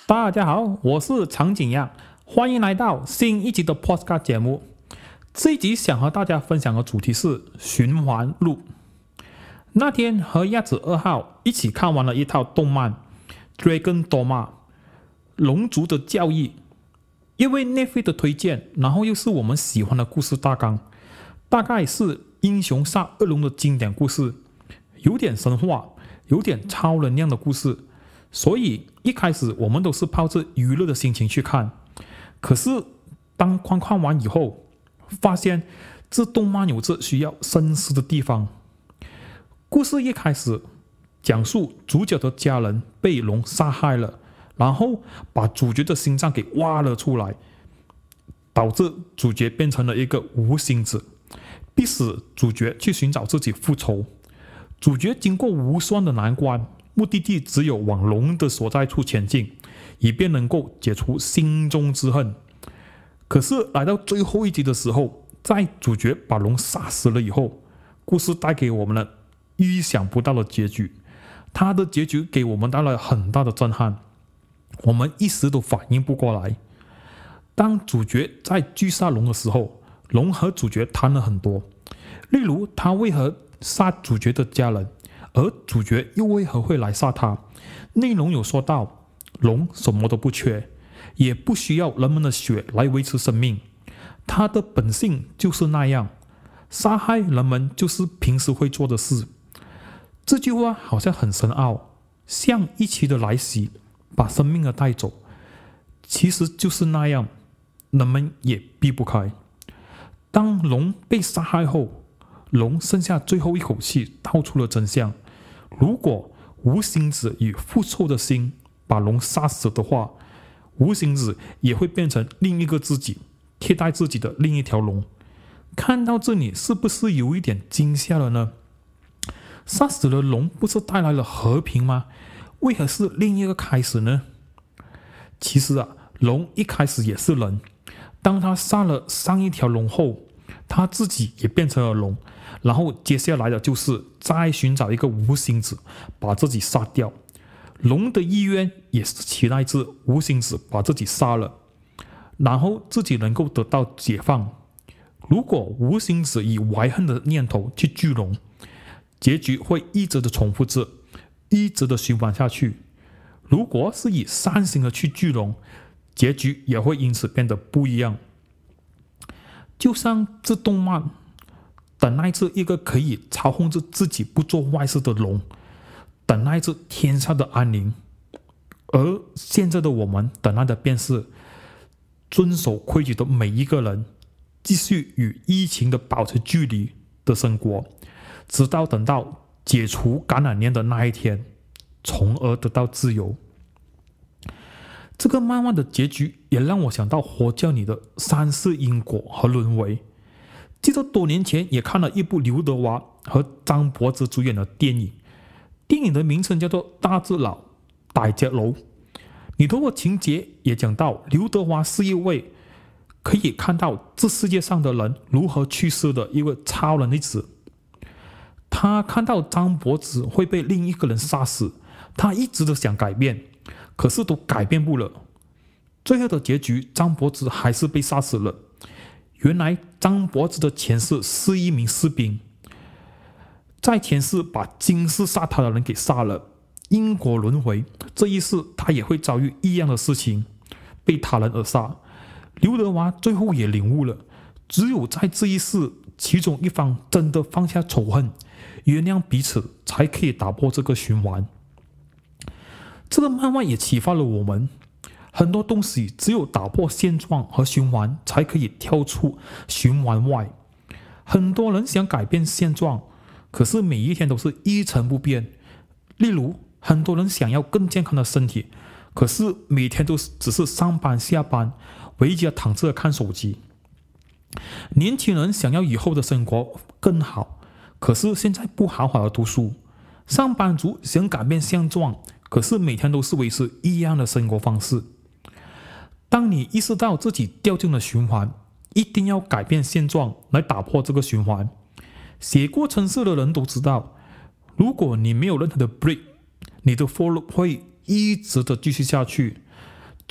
大家好，我是常景阳，欢迎来到新一集的 Podcast 节目。这一集想和大家分享的主题是循环录。那天和鸭子2号一起看完了一套动漫《Dragon Dogma》龙族的教义，因为Netflix的推荐，然后又是我们喜欢的故事大纲，大概是英雄杀恶龙的经典故事，有点神话，有点超能量的故事，所以一开始我们都是抱着娱乐的心情去看。可是当看完以后，发现这动漫有着需要深思的地方。故事一开始讲述主角的家人被龙杀害了，然后把主角的心脏给挖了出来，导致主角变成了一个无心子，逼使主角去寻找自己复仇。主角经过无双的难关，目的地只有往龙的所在处前进，以便能够解除心中之恨。可是来到最后一集的时候，在主角把龙杀死了以后，故事带给我们了意想不到的结局。它的结局给我们带来很大的震撼，我们一时都反应不过来。当主角在拒杀龙的时候，龙和主角谈了很多，例如他为何杀主角的家人，而主角又为何会来杀他。内容有说到，龙什么都不缺，也不需要人们的血来维持生命，它的本性就是那样，杀害人们就是平时会做的事。这句话好像很深奥，像一期的来袭把生命的带走，其实就是那样，人们也避不开。当龙被杀害后，龙剩下最后一口气道出了真相。如果无心子以复仇的心把龙杀死的话，无心子也会变成另一个自己，替代自己的另一条龙。看到这里是不是有一点惊吓了呢？杀死了龙不是带来了和平吗？为何是另一个开始呢？其实龙一开始也是人，当他杀了上一条龙后，他自己也变成了龙，然后接下来的就是再寻找一个无心子把自己杀掉。龙的意愿也是期待着无心子把自己杀了，然后自己能够得到解放。如果无心子以怀恨的念头去聚龙，结局会一直的重复着，一直的循环下去。如果是以善心的去聚龙，结局也会因此变得不一样。就像这动漫等待着一个可以操控着自己不做坏事的龙，等待着天下的安宁。而现在的我们等待的便是遵守规矩的每一个人，继续与疫情的保持距离的生活，直到等到解除感染链的那一天，从而得到自由。这个漫画的结局也让我想到佛教里的三世因果和轮回。记得多年前也看了一部刘德华和张柏芝主演的电影，电影的名称叫做《大智老大只佬》，里头的情节也讲到刘德华是一位可以看到这世界上的人如何去世的一位超能力者。他看到张柏芝会被另一个人杀死，他一直都想改变，可是都改变不了。最后的结局，张柏芝还是被杀死了。原来张柏芝的前世是一名士兵，在前世把今世杀他的人给杀了。因果轮回，这一世他也会遭遇一样的事情，被他人而杀。刘德华最后也领悟了，只有在这一世其中一方真的放下仇恨，原谅彼此，才可以打破这个循环。这个漫画也启发了我们，很多东西只有打破现状和循环，才可以跳出循环外。很多人想改变现状，可是每一天都是一成不变。例如很多人想要更健康的身体，可是每天都只是上班下班，回家躺着看手机。年轻人想要以后的生活更好，可是现在不好好的读书。上班族想改变现状，可是每天都是维持一样的生活方式。当你意识到自己掉进了循环，一定要改变现状来打破这个循环。写过程式的人都知道，如果你没有任何的 break， 你的 follow 会一直的继续下去。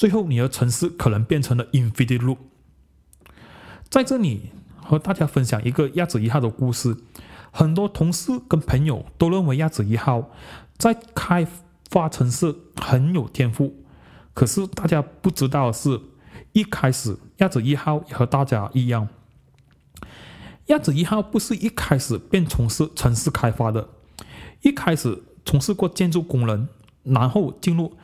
最后你的城市可能变成了 infinite loop。在这里和大家分享一个鸭子1号的故事。很多同事跟朋友都认为鸭子1号在开发城市很有天赋，可是大家不知道的是，一开始鸭子1号也和大家一样，鸭子1号不是一开始便从事城市开发的，一开始从事过建筑工人，然后进入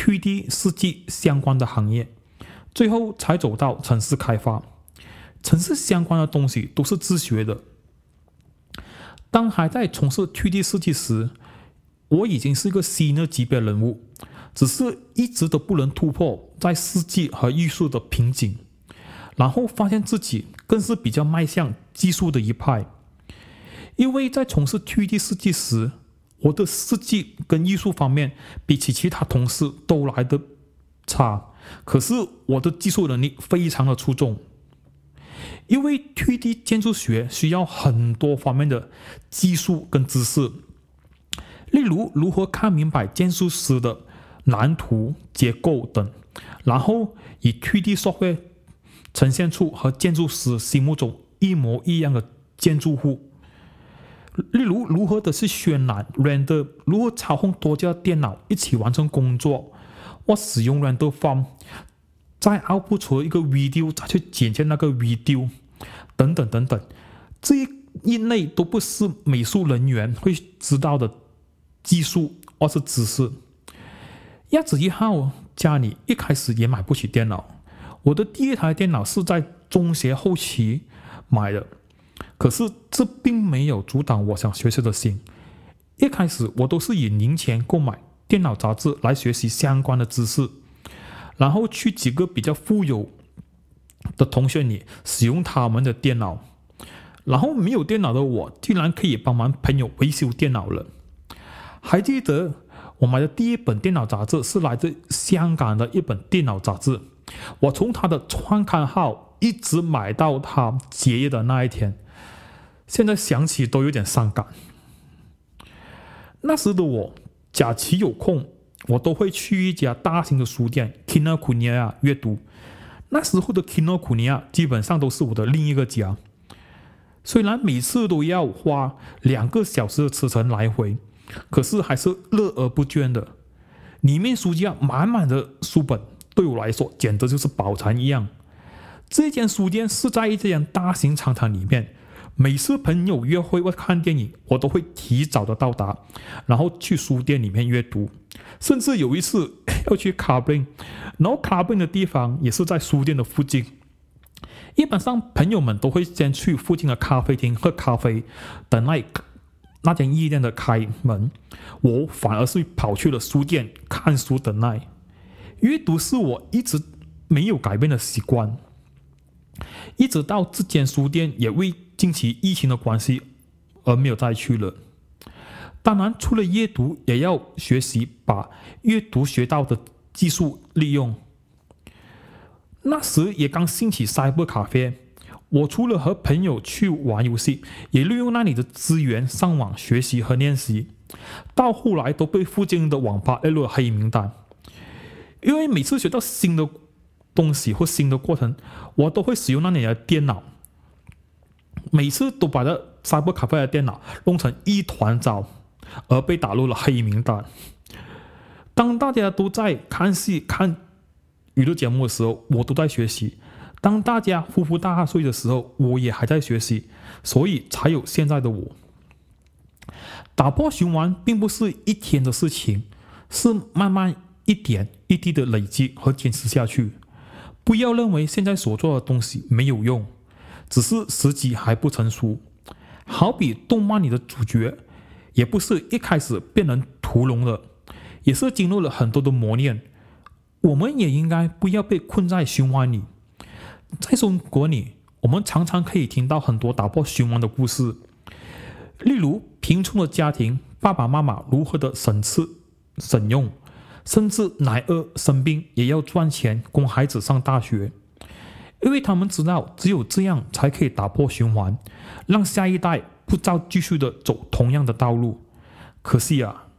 3D 设计相关的行业，最后才走到城市开发。城市相关的东西都是自学的。当还在从事 3D 设计时，我已经是一个 senior 级别人物，只是一直都不能突破在设计和艺术的瓶颈，然后发现自己更是比较迈向技术的一派。因为在从事 3D 设计时，我的设计跟艺术方面比起其他同事都来得差，可是我的技术能力非常的出众。因为 3D 建筑学需要很多方面的技术跟知识，例如如何看明白建筑师的蓝图、结构等，然后以 3D software 呈现出和建筑师心目中一模一样的建筑物。例如如何的去渲染 render， 如何操控多家电脑一起完成工作，或使用 render farm再 output 出一个 video， 再去剪接那个 video， 等等等等，这一类都不是美术人员会知道的技术或是知识。鸭子1号家里一开始也买不起电脑，我的第一台电脑是在中学后期买的，可是这并没有阻挡我想学习的心。一开始我都是以零钱购买电脑杂志来学习相关的知识，然后去几个比较富有的同学里使用他们的电脑，然后没有电脑的我竟然可以帮忙朋友维修电脑了。还记得我买的第一本电脑杂志是来自香港的一本电脑杂志，我从它的创刊号一直买到它结业的那一天，现在想起都有点伤感。那时的我假期有空，我都会去一家大型的书店 Kinokuniya 阅读。那时候的 Kinokuniya 基本上都是我的另一个家，虽然每次都要花2个小时的车程来回，可是还是乐而不倦的。里面书架满满的书本，对我来说简直就是宝藏一样。这间书店是在一间大型商场里面，每次朋友约会或看电影，我都会提早的到达，然后去书店里面阅读。甚至有一次要去 clubbing， 然后 clubbing 的地方也是在书店的附近。一般上朋友们都会先去附近的咖啡厅喝咖啡，等那间夜店的开门，我反而是跑去了书店看书等待。阅读是我一直没有改变的习惯，一直到这间书店也为近期疫情的关系而没有再去了。当然除了阅读也要学习把阅读学到的技术利用。那时也刚兴起 Cyber Cafe， 我除了和朋友去玩游戏，也利用那里的资源上网学习和练习，到后来都被附近的网吧列入了黑名单。因为每次学到新的东西或新的过程，我都会使用那里的电脑，每次都把这 Cyber Cafe 的电脑弄成一团糟，而被打入了黑名单。当大家都在看戏看娱乐节目的时候，我都在学习；当大家呼呼大睡的时候，我也还在学习，所以才有现在的我。打破循环并不是一天的事情，是慢慢一点一滴的累积和坚持下去。不要认为现在所做的东西没有用，只是时机还不成熟。好比动漫里的主角，也不是一开始便能屠龙的，也是经历了很多的磨练。我们也应该不要被困在循环里。在中国里，我们常常可以听到很多打破循环的故事，例如贫穷的家庭，爸爸妈妈如何的省吃省用，甚至奶儿生病也要赚钱供孩子上大学，因为他们知道只有这样才可以打破循环，让下一代不再继续的走同样的道路。可惜啊，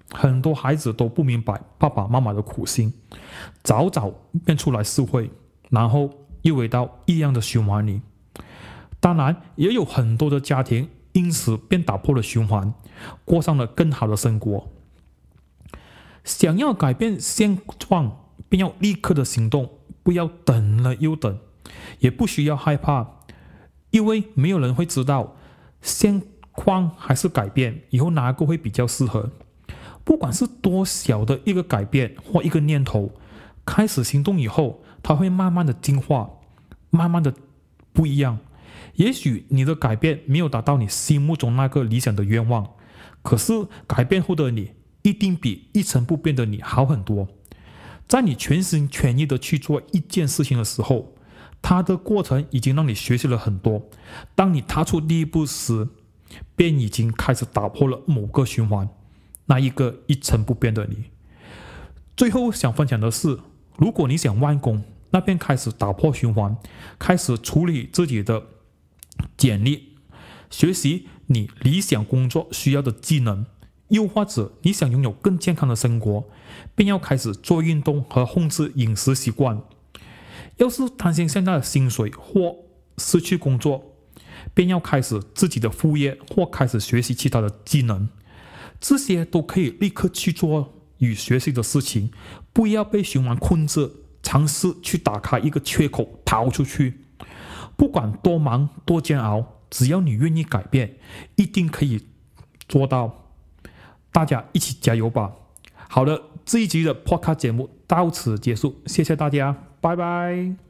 很多孩子都不明白爸爸妈妈的苦心，早早便出来社会，然后又回到一样的循环里。当然，也有很多的家庭因此便打破了循环，过上了更好的生活。想要改变现状，便要立刻的行动，不要等了又等，也不需要害怕，因为没有人会知道现况还是改变以后哪个会比较适合。不管是多小的一个改变或一个念头，开始行动以后，它会慢慢的进化，慢慢的不一样。也许你的改变没有达到你心目中那个理想的愿望，可是改变后的你一定比一成不变的你好很多。在你全心全意的去做一件事情的时候，它的过程已经让你学习了很多。当你踏出第一步时，便已经开始打破了某个循环，那一个一成不变的你。最后想分享的是，如果你想完工，那便开始打破循环，开始处理自己的简历，学习你理想工作需要的技能，又或者你想拥有更健康的生活，便要开始做运动和控制饮食习惯。要是担心现在的薪水或失去工作，便要开始自己的副业或开始学习其他的技能，这些都可以立刻去做与学习的事情，不要被循环困着，尝试去打开一个缺口逃出去。不管多忙多煎熬，只要你愿意改变，一定可以做到。大家一起加油吧！好了，这一集的 Podcast 节目到此结束，谢谢大家，拜拜。